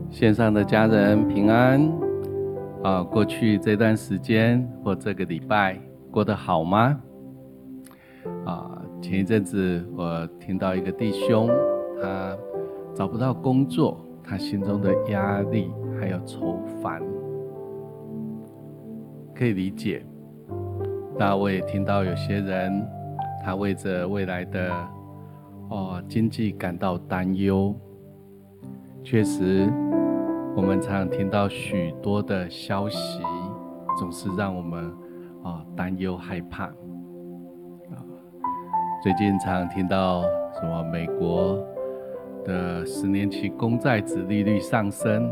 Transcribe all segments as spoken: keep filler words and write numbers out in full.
线上的家人平安啊！过去这段时间或这个礼拜过得好吗？啊，前一阵子我听到一个弟兄，他找不到工作，他心中的压力还有愁烦，可以理解。那我也听到有些人，他为着未来的哦经济感到担忧。确实，我们常常听到许多的消息，总是让我们啊担忧害怕。啊，最近常常听到什么美国的十年期公债殖利率上升，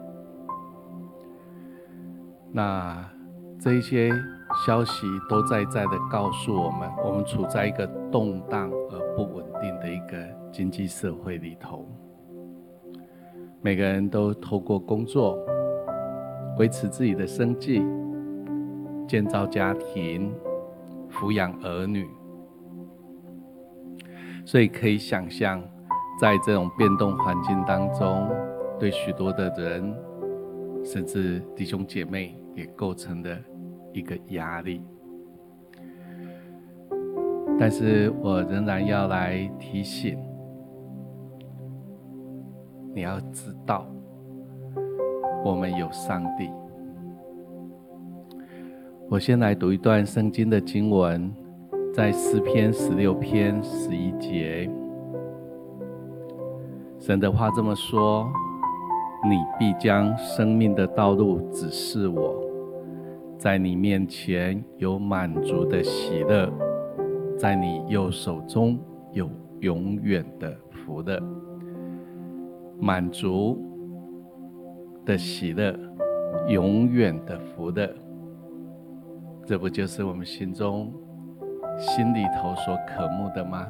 那这一些消息都在在的告诉我们，我们处在一个动荡而不稳定的一个经济社会里头。每个人都透过工作维持自己的生计，建造家庭，抚养儿女。所以可以想象，在这种变动环境当中，对许多的人，甚至弟兄姐妹，也构成了一个压力。但是我仍然要来提醒，你要知道，我们有上帝。我先来读一段圣经的经文，在诗篇十六篇十一节，神的话这么说：你必将生命的道路指示我，在你面前有满足的喜乐，在你右手中有永远的福乐。满足的喜乐，永远的福乐，这不就是我们心中心里头所渴慕的吗？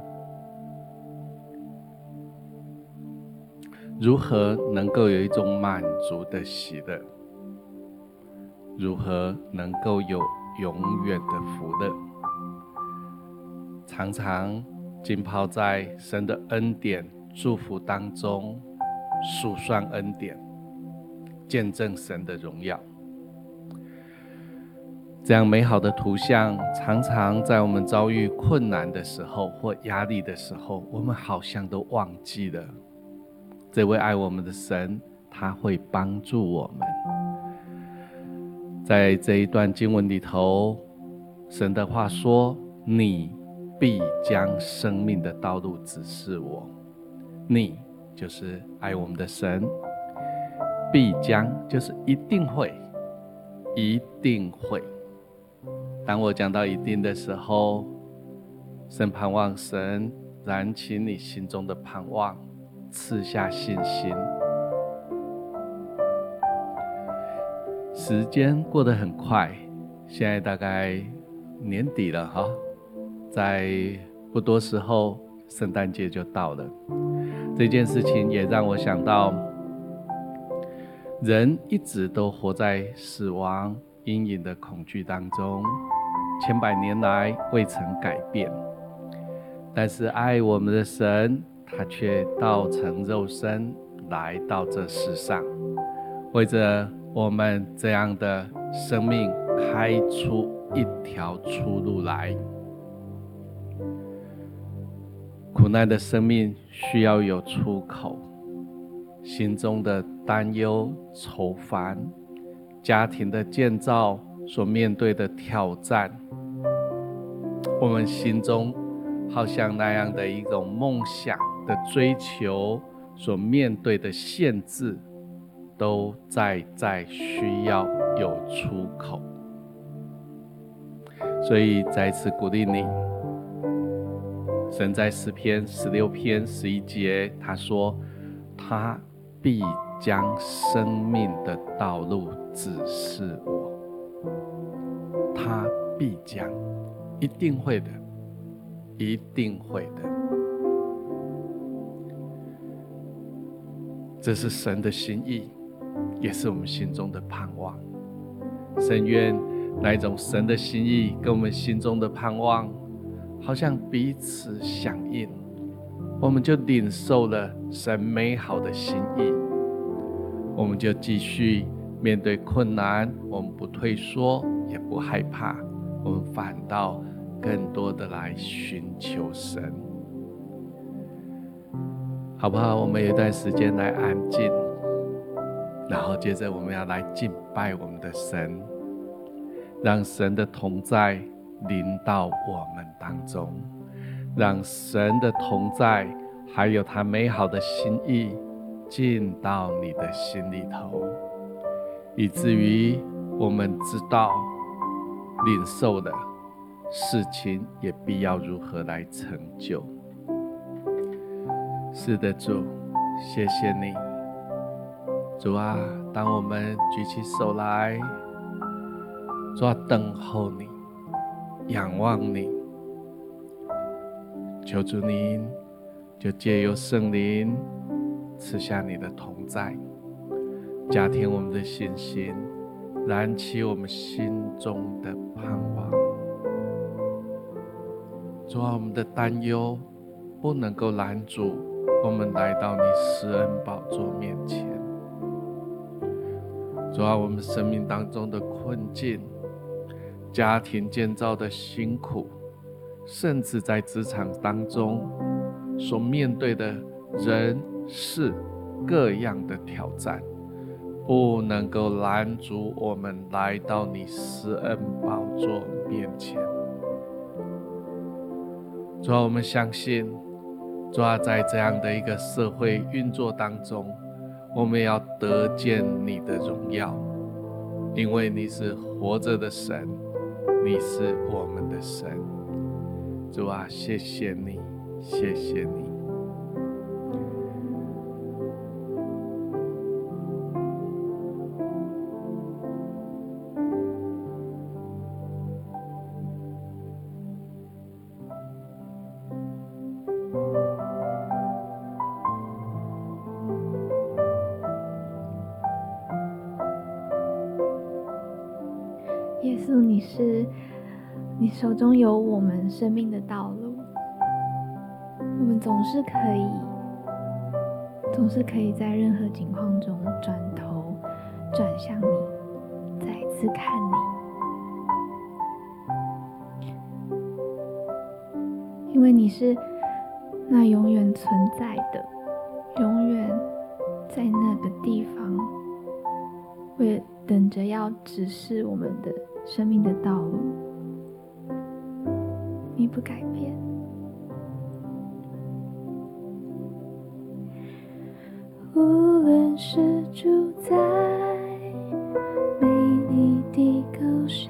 如何能够有一种满足的喜乐？如何能够有永远的福乐？常常浸泡在神的恩典祝福当中，数算恩典，见证神的荣耀。这样美好的图像，常常在我们遭遇困难的时候或压力的时候，我们好像都忘记了这位爱我们的神，他会帮助我们。在这一段经文里头，神的话说：你必将生命的道路指示我。你就是爱我们的神，必将就是一定会，一定会。当我讲到一定的时候，神盼望神燃起你心中的盼望，赐下信心。时间过得很快，现在大概年底了哈，在不多时候圣诞节就到了。这件事情也让我想到，人一直都活在死亡阴影的恐惧当中，千百年来未曾改变。但是爱我们的神，他却道成肉身来到这世上，为着我们这样的生命开出一条出路来。苦难的生命需要有出口，心中的担忧、愁烦，家庭的建造所面对的挑战，我们心中好像那样的一种梦想的追求所面对的限制，都在在需要有出口。所以再次鼓励你，神在诗篇十六篇十一节，他说：他必将生命的道路指示我。他必将，一定会的，一定会的。这是神的心意，也是我们心中的盼望。深愿那一种神的心意跟我们心中的盼望好像彼此响应，我们就领受了神美好的心意。 我们就继续面对困难，我们不退缩，也不害怕，我们反倒更多的来寻求神，好不好？我们有一段时间来安静，然后接着我们要来敬拜我们的神，让神的同在临到我们当中，让神的同在还有他美好的心意进到你的心里头，以至于我们知道领受的事情也必要如何来成就。是的，主，谢谢你。主啊，当我们举起手来，主啊，等候你，仰望你，求主您就借由圣灵赐下你的同在，加添我们的信心，燃起我们心中的盼望。主啊，我们的担忧不能够拦阻我们来到你施恩宝座面前。主啊，我们生命当中的困境，家庭建造的辛苦，甚至在职场当中所面对的人事各样的挑战，不能够拦阻我们来到你施恩宝座面前。主啊，我们相信，主啊，在这样的一个社会运作当中，我们要得见你的荣耀，因为你是活着的神，你是我们的神。主啊，谢谢你，谢谢你。 耶稣，你是你手中有我们生命的道路，我们总是可以总是可以在任何情况中转头转向你，再一次看你，因为你是那永远存在的，永远在那个地方，为等着要指示我们的生命的道路，你不改变。无论是住在美丽的高山，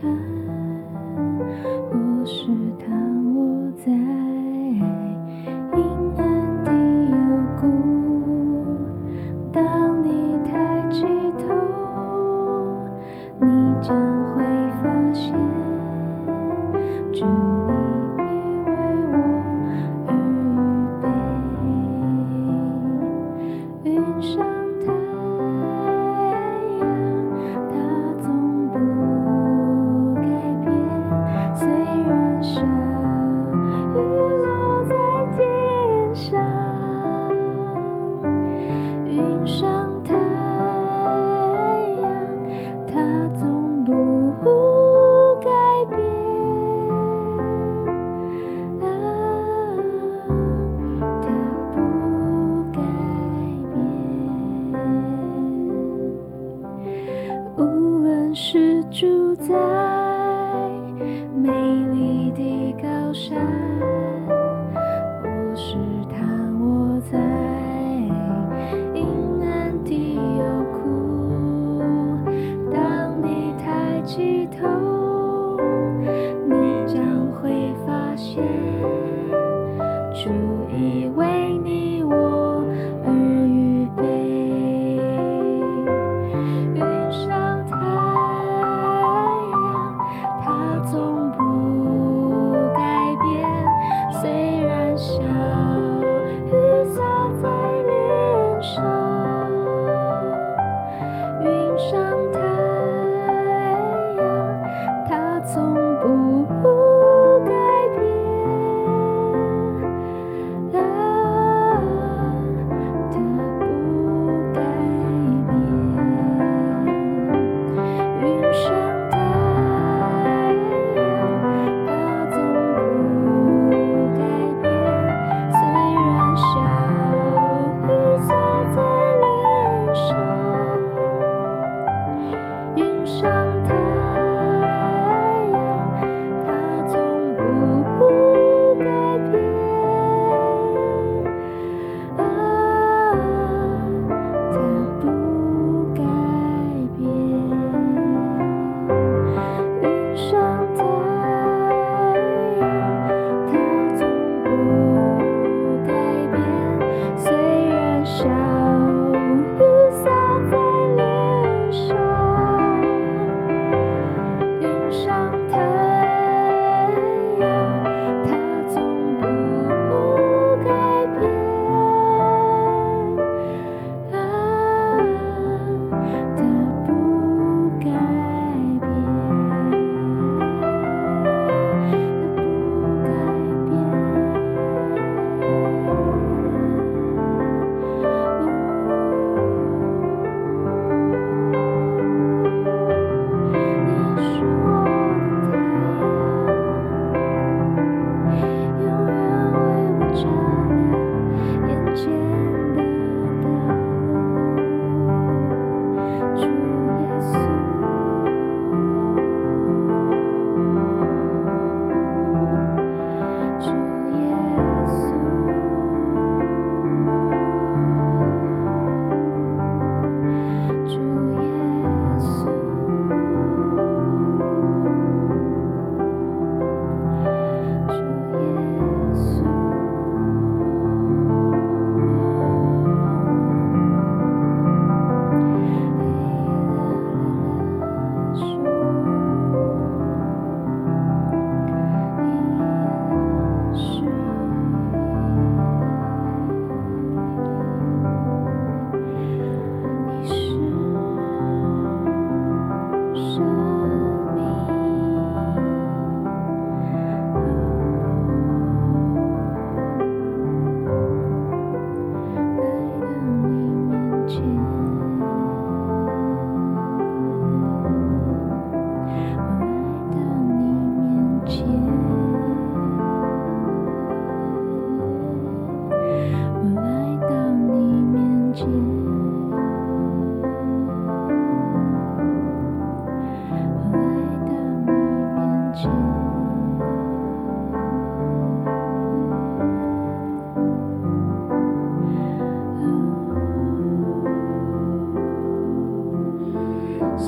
或是躺卧在阴暗的幽谷，当你抬起头，你将会发现，主你已为我而预备。云上太阳，它总不改变，虽然小雨落在天上。云上太阳，它总不改变，啊，它不改变。无论是住在美丽的高山，或是躺卧在阴暗的幽谷，当你抬起头，你将会发现，主已为你我而预备。云上太阳，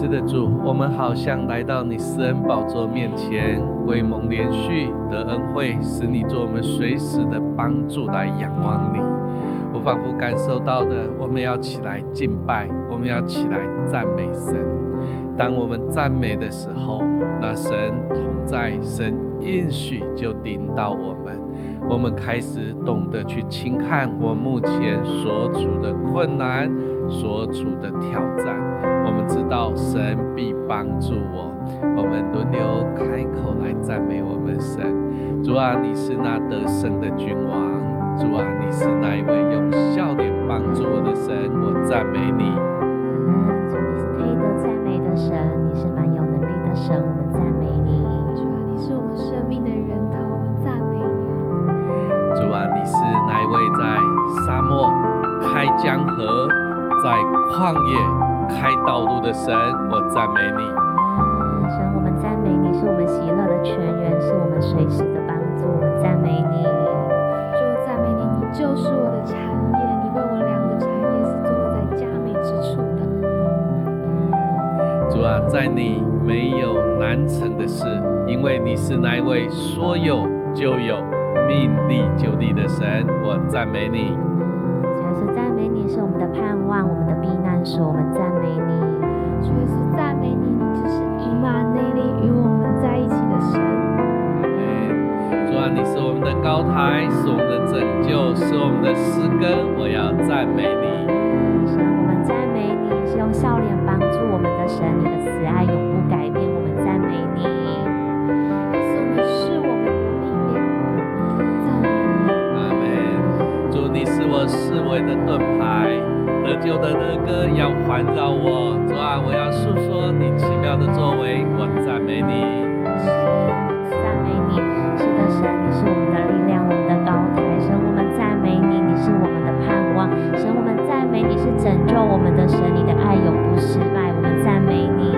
是的，主，我们好像来到你施恩宝座面前，为蒙连续得恩惠，使你做我们随时的帮助来仰望你。我仿佛感受到的，我们要起来敬拜，我们要起来赞美神。当我们赞美的时候，那神同在，神应许就临到我们，我们开始懂得去轻看我目前所处的困难，所处的挑战。我们知道神必帮助我，我们轮流开口来赞美我们神。主啊，你是那得胜的君王，主啊，你是那一位用笑脸帮助我的神，我赞美你。 主，你是配得赞美的神，你是蛮有能力的神，我们赞美你。 主啊，你是我们生命的源头，我们赞美你。 主啊，你是那一位在沙漠开江河，在旷野开道路的神，我赞美你。 神，我们赞美你，是我们喜乐的泉源，是我们随时的帮助，我们赞美你。 主，赞美你，你就是我的产业，你为我量的产业是坐落在佳美之处的。 主啊，在你没有难成的事，因为你是那一位说有就有，命立就立的神，我赞美你。 主耶稣，赞美你是我们的盼望，我们的避难所，我们赞美你。 主耶稣，赞美你，你就是以马内利，与我们在一起的神。 主啊，你是我们的高台，是我们的拯救，是我们的诗歌，我要赞美你。 神，我们赞美你，是用笑脸帮助我们的神，你的慈爱永不改变，我们赞美你。 耶稣，你是我们的力量，赞美你。 阿门。主，你是我四围的盾牌，得救的乐歌要环绕我。主啊，我要诉说你奇妙的作为，我赞美你。 赞美你，是的，神，你是我们的力量，我们的高台。神，我们赞美你，你是我们的盼望。神，我们赞美你是拯救我们的神，你的爱永不失败，我们赞美你。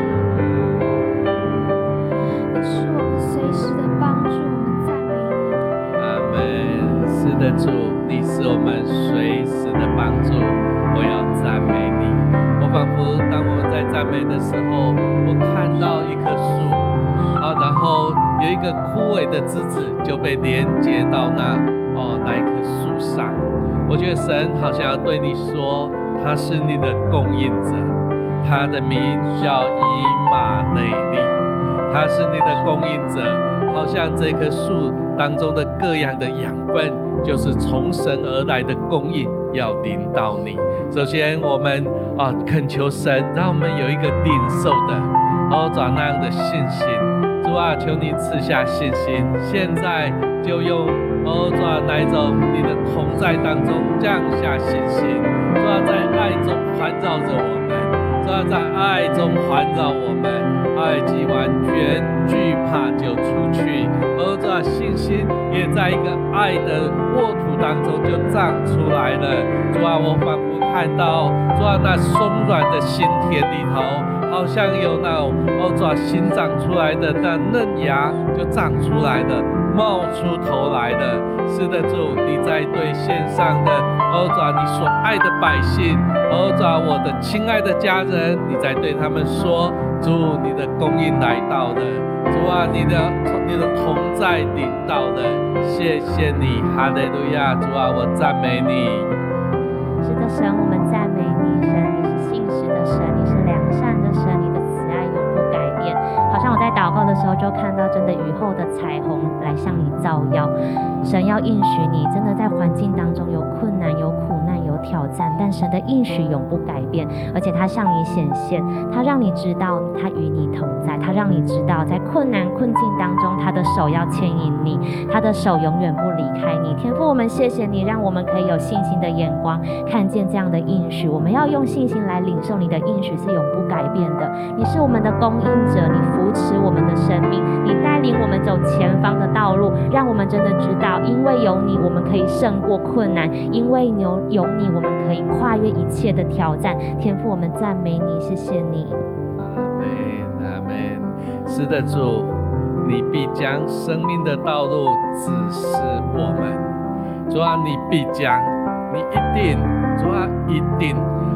你是我们随时的帮助，我们赞美你。 阿门。是的，主，你是我们随时的帮助，我要赞美你。我仿佛当我们在赞美的时候，我看到一棵树，啊，然后有一个枯萎的枝子就被连接到那哦那一棵树上。我觉得神好像要对你说，他是你的供应者，他的名叫以马内利，他是你的供应者，好像这棵树当中的各样的养分，就是从神而来的供应，要临到你。首先，我们啊恳求神，让我们有一个领受的哦找那样的信心。主啊，求你赐下信心，现在就用哦主啊那一种你的同在当中降下信心。主啊，在爱中环绕着我们，主啊，在爱中环绕我们，爱既完全，惧怕就出去。而主啊，信心也在一个爱的沃土当中就长出来了。主啊，我仿佛看到主啊那松软的心田里头，好像有那种哦主啊新长出来的那嫩芽就长出来了，冒出头来了。是的，主，你在对线上的哦主啊你所爱的百姓，哦主啊我的亲爱的家人，你在对他们说，主，你的供应来到了。主啊，你的你的同在临到了，谢谢你，哈利路亚！主啊，我赞美你。 是的，神，我们赞美你，神，你是信实的神，你是良善的神，你的慈爱永不改变。好像我在祷告的时候就看到真的雨后的彩虹来向你照耀。神要应许你，真的在环境当中有困难、有苦难、有挑战，但神的应许永不改变，而且他向你显现，他让你知道他与你同在，他让你知道在困难困境当中，他的手要牵引你，他的手永远不离开你。天父，我们谢谢你，让我们可以有信心的眼光看见这样的应许。我们要用信心来领受你的应许是永不改变的。你是我们的供应者，你扶持我们的生命，你带领我们走前方的道路，让我们真的知道，因为有你，我们可以胜过困难；因为有有你，我们可以跨越一切的挑战。天父，我们赞美你，谢谢你。 阿们，阿们。是的，主，你必将生命的道路指示我们。主啊，你必将，你一定，主啊，一定，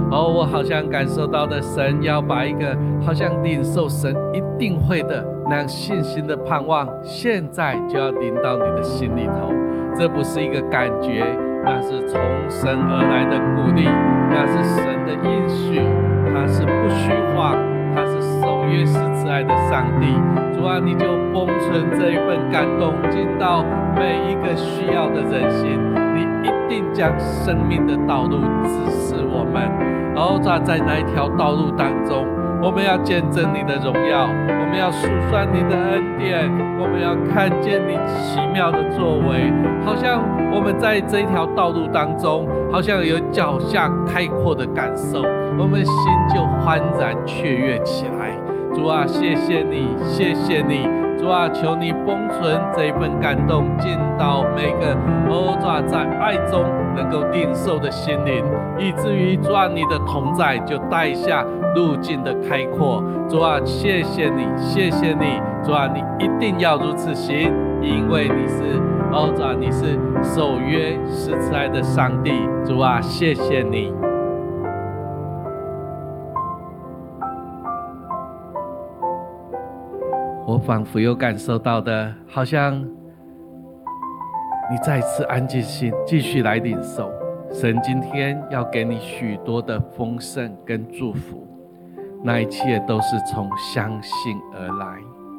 哦，我好像感受到的神要把一个好像领受神一定会的那样信心的盼望，现在就要临到你的心里头。这不是一个感觉，那是从神而来的鼓励，那是神的应许，他是不虚晃，他是守约施慈爱的上帝。主啊，你就封存这一份感动进到每一个需要的人心，你一定将生命的道路指示我们。然后在那一条道路当中，我们要见证你的荣耀，我们要述说你的恩典，我们要看见你奇妙的作为。好像我们在这一条道路当中，好像有脚下开阔的感受，我们心就欢然雀跃起来。主啊，谢谢你，谢谢你。主啊，求你封存这一份感动进到每个哦，主啊，在爱中能够领受的心灵，以至于主啊，你的同在就带下路径的开阔。主啊，谢谢你，谢谢你。主啊，你一定要如此行，因为你是哦，主啊，你是守约施慈爱的上帝。主啊，谢谢你。我仿佛有感受到的，好像你再次安静心，继续来领受神今天要给你许多的丰盛跟祝福，那一切都是从相信而来。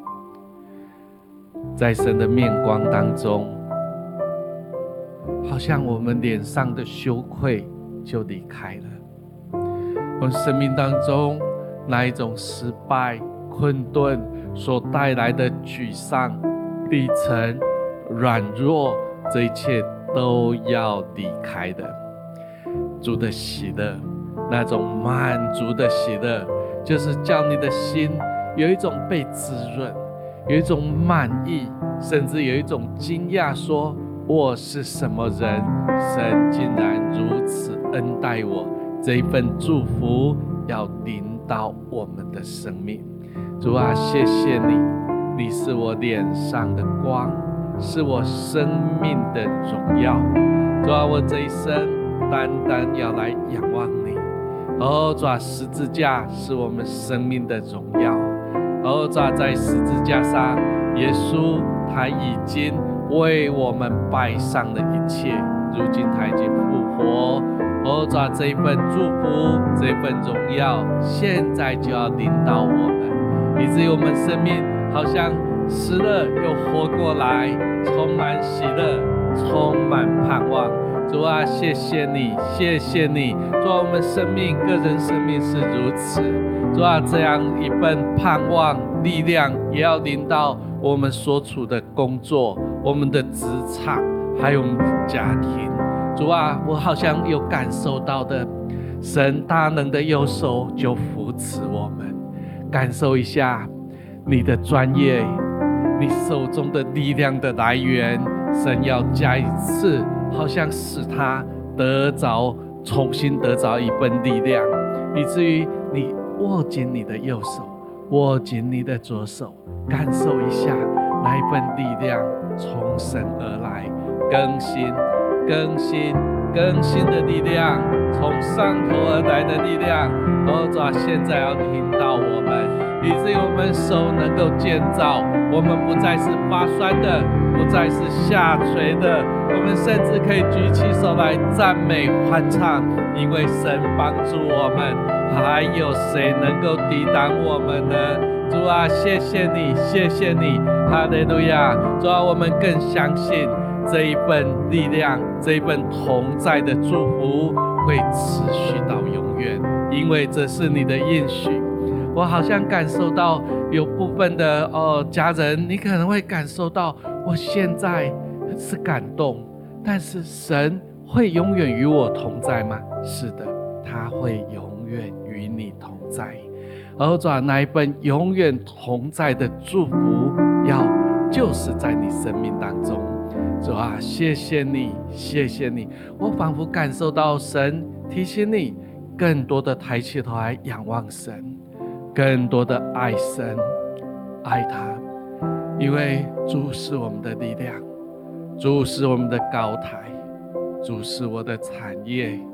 在神的面光当中，好像我们脸上的羞愧就离开了，我们生命当中那一种失败困顿所带来的沮丧、低沉、软弱，这一切都要离开的。主的喜乐，那种满足的喜乐，就是叫你的心有一种被滋润，有一种满意，甚至有一种惊讶，说我是什么人，神竟然如此恩待我。这一份祝福要临到我们的生命。主啊，谢谢你，你是我脸上的光，是我生命的荣耀。主啊，我这一生单单要来仰望你。哦，主啊，十字架是我们生命的荣耀。哦，主啊，在十字架上，耶稣他已经为我们摆上了一切，如今他已经复活。哦，主啊，这一份祝福，这一份荣耀，现在就要临到我们。以至于我们生命好像死了又活过来，充满喜乐，充满盼望。主啊，谢谢你，谢谢你。主啊，我们生命个人生命是如此。主啊，这样一份盼望力量也要临到我们所处的工作，我们的职场，还有我们的家庭。主啊，我好像有感受到的，神大能的右手就扶持我们。感受一下你的专业，你手中的力量的来源，神要加一次，好像使他得着，重新得着一份力量，以至于你握紧你的右手，握紧你的左手，感受一下那一份力量从神而来，更新更新更新的力量，从上头而来的力量。哦，主啊，现在要临到我们，以至于我们手能够建造，我们不再是发酸的，不再是下垂的，我们甚至可以举起手来赞美欢唱，因为神帮助我们，还有谁能够抵挡我们呢？主啊，谢谢你，谢谢你，哈利路亚！主啊，我们更相信这一份力量，这一份同在的祝福会持续到永远，因为这是你的应许。我好像感受到有部分的哦家人，你可能会感受到我现在是感动，但是神会永远与我同在吗？是的，他会永远与你同在。而主啊，那一份永远同在的祝福，要就是在你生命当中。主啊，谢谢你，谢谢你，我仿佛感受到神提醒你，更多的抬起头来仰望神，更多的爱神，爱他，因为主是我们的力量，主是我们的高台，主是我的产业，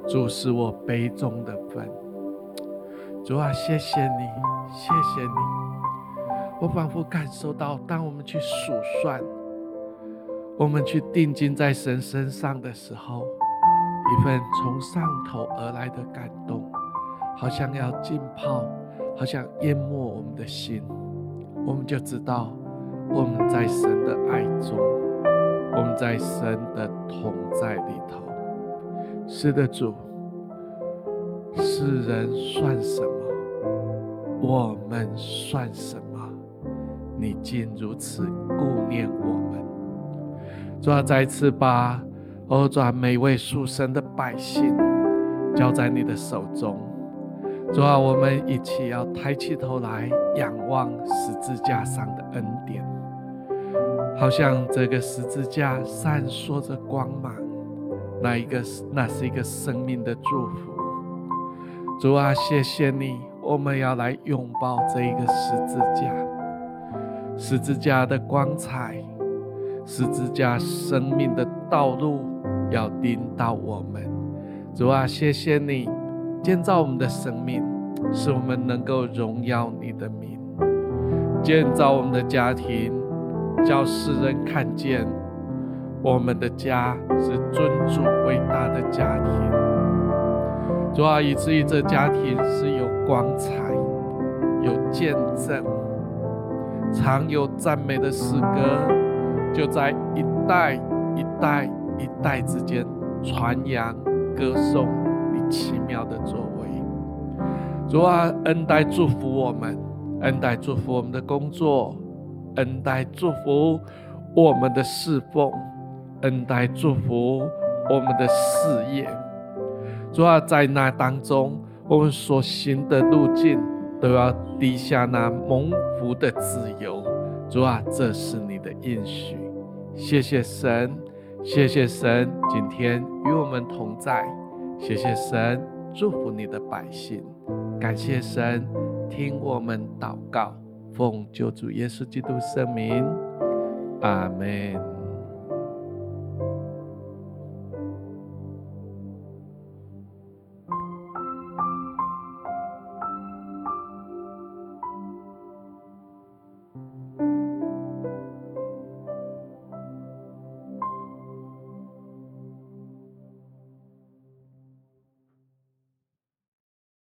主是我杯中的分。主啊，谢谢你，谢谢你。我仿佛感受到，当我们去数算，我们去定睛在神身上的时候，一份从上头而来的感动，好像要浸泡，好像淹没我们的心。我们就知道我们在神的爱中，我们在神的同在里头。是的，主，世人算什么？我们算什么？你竟如此顾念我们。主啊，再次把哦，主啊，每位属神的百姓交在你的手中。主啊，我们一起要抬起头来仰望十字架上的恩典，好像这个十字架闪烁着光芒，那一个那是一个生命的祝福。主啊，谢谢你，我们要来拥抱这一个十字架，十字架的光彩，十字架生命的道路要领导我们。主啊，谢谢你建造我们的生命，使我们能够荣耀你的名；建造我们的家庭，叫世人看见我们的家是尊主伟大的家庭。主啊，以至于这家庭是有光彩、有见证，常有赞美的诗歌，就在一代一代一代之间传扬歌颂你奇妙的作为。主啊，恩待祝福我们，恩待祝福我们的工作，恩待祝福我们的侍奉，恩待祝福我们的事业。主啊，在那当中，我们所行的路径都要低下那蒙福的自由。主啊，这是你的应许。谢谢神，谢谢神，今天与我们同在。谢谢神，祝福你的百姓。感谢神，听我们祷告，奉救主耶稣基督圣名，阿们。